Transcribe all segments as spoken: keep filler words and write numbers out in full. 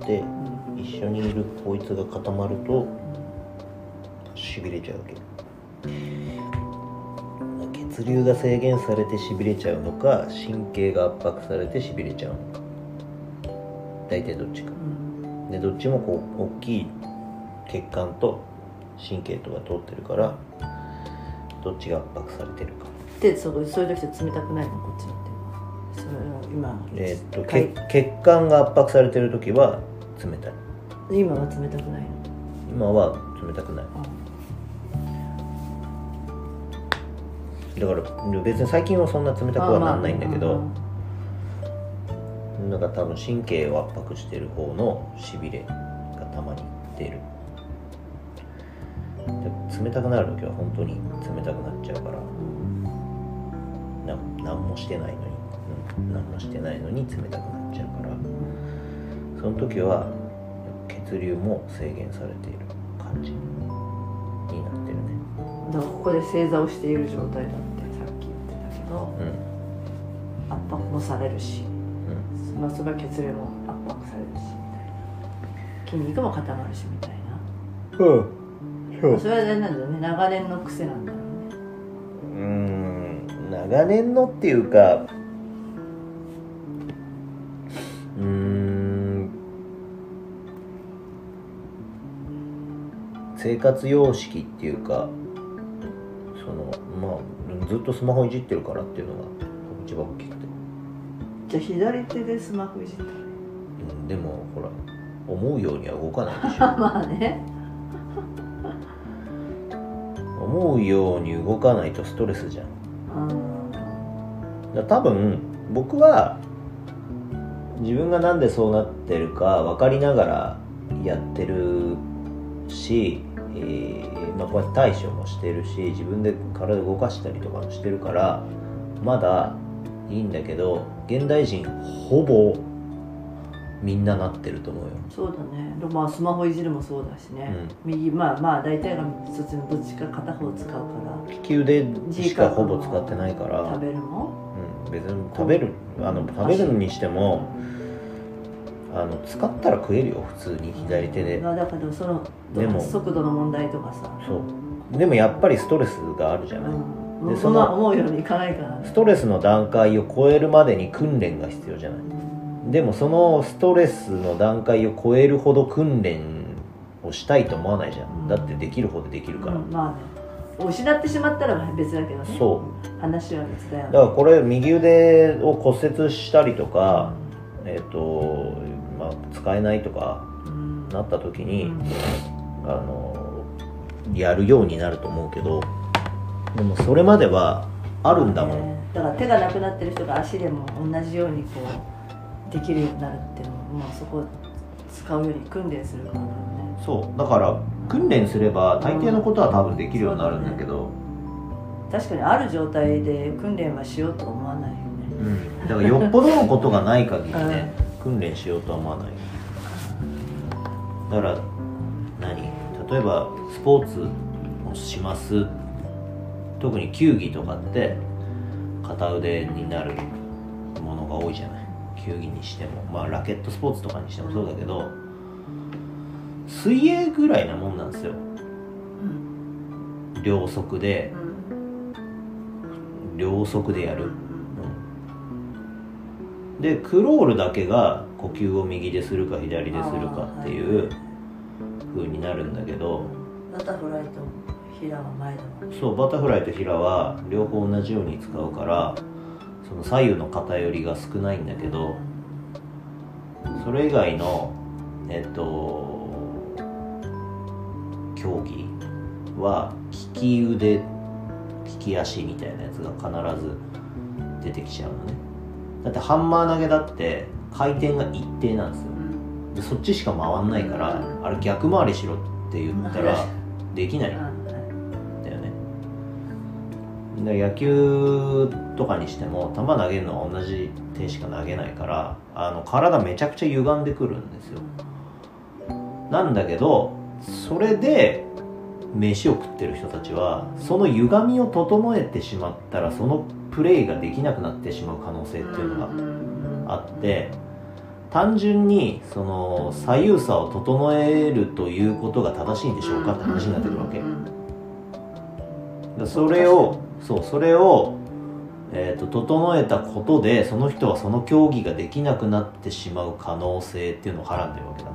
て、うん、一緒にいるこいつが固まるとしびれちゃうけど、血流が制限されてしびれちゃうのか、神経が圧迫されてしびれちゃうのか、大体どっちか、うん、でどっちもこう大きい血管と神経とか通ってるから、どっちが圧迫されてるかで、そうそういう時って冷たくないの、こっちの手は。それは今、 えー、っと血, 血管が圧迫されてる時は冷たい。 今は冷たくないの？ 今は冷たくない。だから別に最近はそんな冷たくはならないんだけど、なんか多分神経を圧迫してる方のしびれがたまに出る。で冷たくなるときは本当に冷たくなっちゃうから、な何もしてないのに、うん、何もしてないのに冷たくなっちゃうから、その時は血流も制限されている感じになってるね。 だからここで正座をしている状態だってさっき言ってたけど、うん、圧迫もされるし、うん、まあ、それは血流も圧迫されるしみたいな、筋肉も固まるしみたいな、うん、そう、それは何なんだよね、長年の癖なんだろうね。 うーん、長年のっていうか、うーん、生活様式っていうか、そのまあずっとスマホいじってるからっていうのが一番大きくて。 じゃあ左手でスマホいじったら、 うん、でもほら思うようには動かないでしょまあね思うように動かないとストレスじゃん。うん、だ多分僕は自分がなんでそうなってるか分かりながらやってるし、えーまあ、こうやって対処もしてるし、自分で体動かしたりとかもしてるからまだいいんだけど、現代人ほぼみんななってると思うよ。 そうだね。まあスマホいじるもそうだしね、うん、右、まあまあ大体がそっちのどっちか片方使うから、 利き腕しかほぼ使ってないから。 食べるも、 うん、別に食べるあの食べるにしても、あの使ったら食えるよ普通に左手で。 だからそのでも速度の問題とかさ、 そうでもやっぱりストレスがあるじゃない、うん、 でその思うようにいかないから、ね、 ストレスの段階を超えるまでに訓練が必要じゃない、うん、でもそのストレスの段階を超えるほど訓練をしたいと思わないじゃん、うん、だってできるほどできるから、うん、 まあね、失ってしまったら別だけどね。そう話は別だよ、ね、 だからこれ右腕を骨折したりとか、うん、えっ、ー、とまあ使えないとかなった時に、うん、あのやるようになると思うけど、でもそれまではあるんだもん、 ね、だから手がなくなってる人が足でも同じようにこうできるようになるっていうのも、まあ、そこを使うより訓練するからね。 そうだから訓練すれば大抵のことは多分できるようになるんだけど、うん、 確かにある状態で訓練はしようと思わないよね、 うん、だからよっぽどのことがない限りね、うん、訓練しようとは思わない。だから何例えばスポーツをします、特に球技とかって片腕になるものが多いじゃない。球技にしても、まあラケットスポーツとかにしてもそうだけど、水泳ぐらいなもんなんですよ、うん、両足で、うん、両足でやる、うん、でクロールだけが呼吸を右でするか左でするかっていう風になるんだけど、 バタフライとヒラは前だもん。 そう、バタフライとヒラは両方同じように使うから、その左右の偏りが少ないんだけど、それ以外のえっと競技は利き腕、利き足みたいなやつが必ず出てきちゃうのね。だってハンマー投げだって回転が一定なんですよ。でそっちしか回んないから、あれ逆回りしろって言ったらできないんだよね。で野球とかにしても球投げるのは同じ手しか投げないから、あの体めちゃくちゃ歪んでくるんですよ。なんだけどそれで飯を食ってる人たちはその歪みを整えてしまったら、そのプレーができなくなってしまう可能性っていうのがあって、 単純にその左右差を整えるということが正しいんでしょうかって話になってくるわけ。それをそうそれを、えー、と整えたことでその人はその競技ができなくなってしまう可能性っていうのをはらんでるわけだ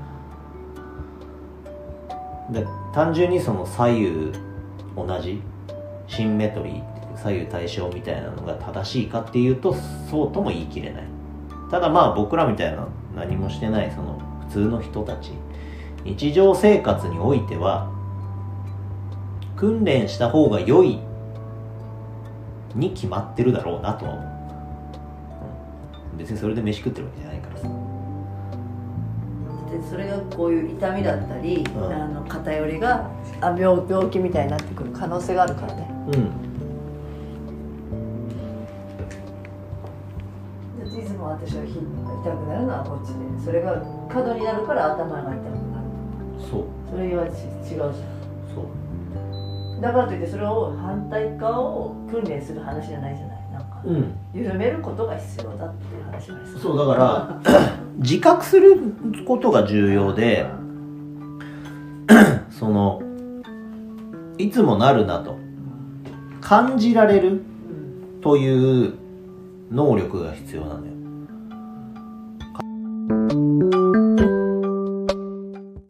からで、単純にその左右同じシンメトリー左右対称みたいなのが正しいかっていうとそうとも言い切れない。ただまあ僕らみたいな何もしてないその普通の人たち、日常生活においては訓練した方が良いに決まってるだろうなとは思う、うん、別にそれで飯食ってるわけじゃないからさ。 でそれがこういう痛みだったり、うん、あの偏りがあ 病, 病気みたいになってくる可能性があるからね。うん、いつも私は痛くなるのはこっちで、それが過度になるから頭が痛くなる。そうそれは違うじゃん。そうだからといってそれを反対側を訓練する話じゃないじゃない。なんか、うん、緩めることが必要だっていう話です。 そうだから自覚することが重要でそのいつもなるなと感じられるという能力が必要なんだよ。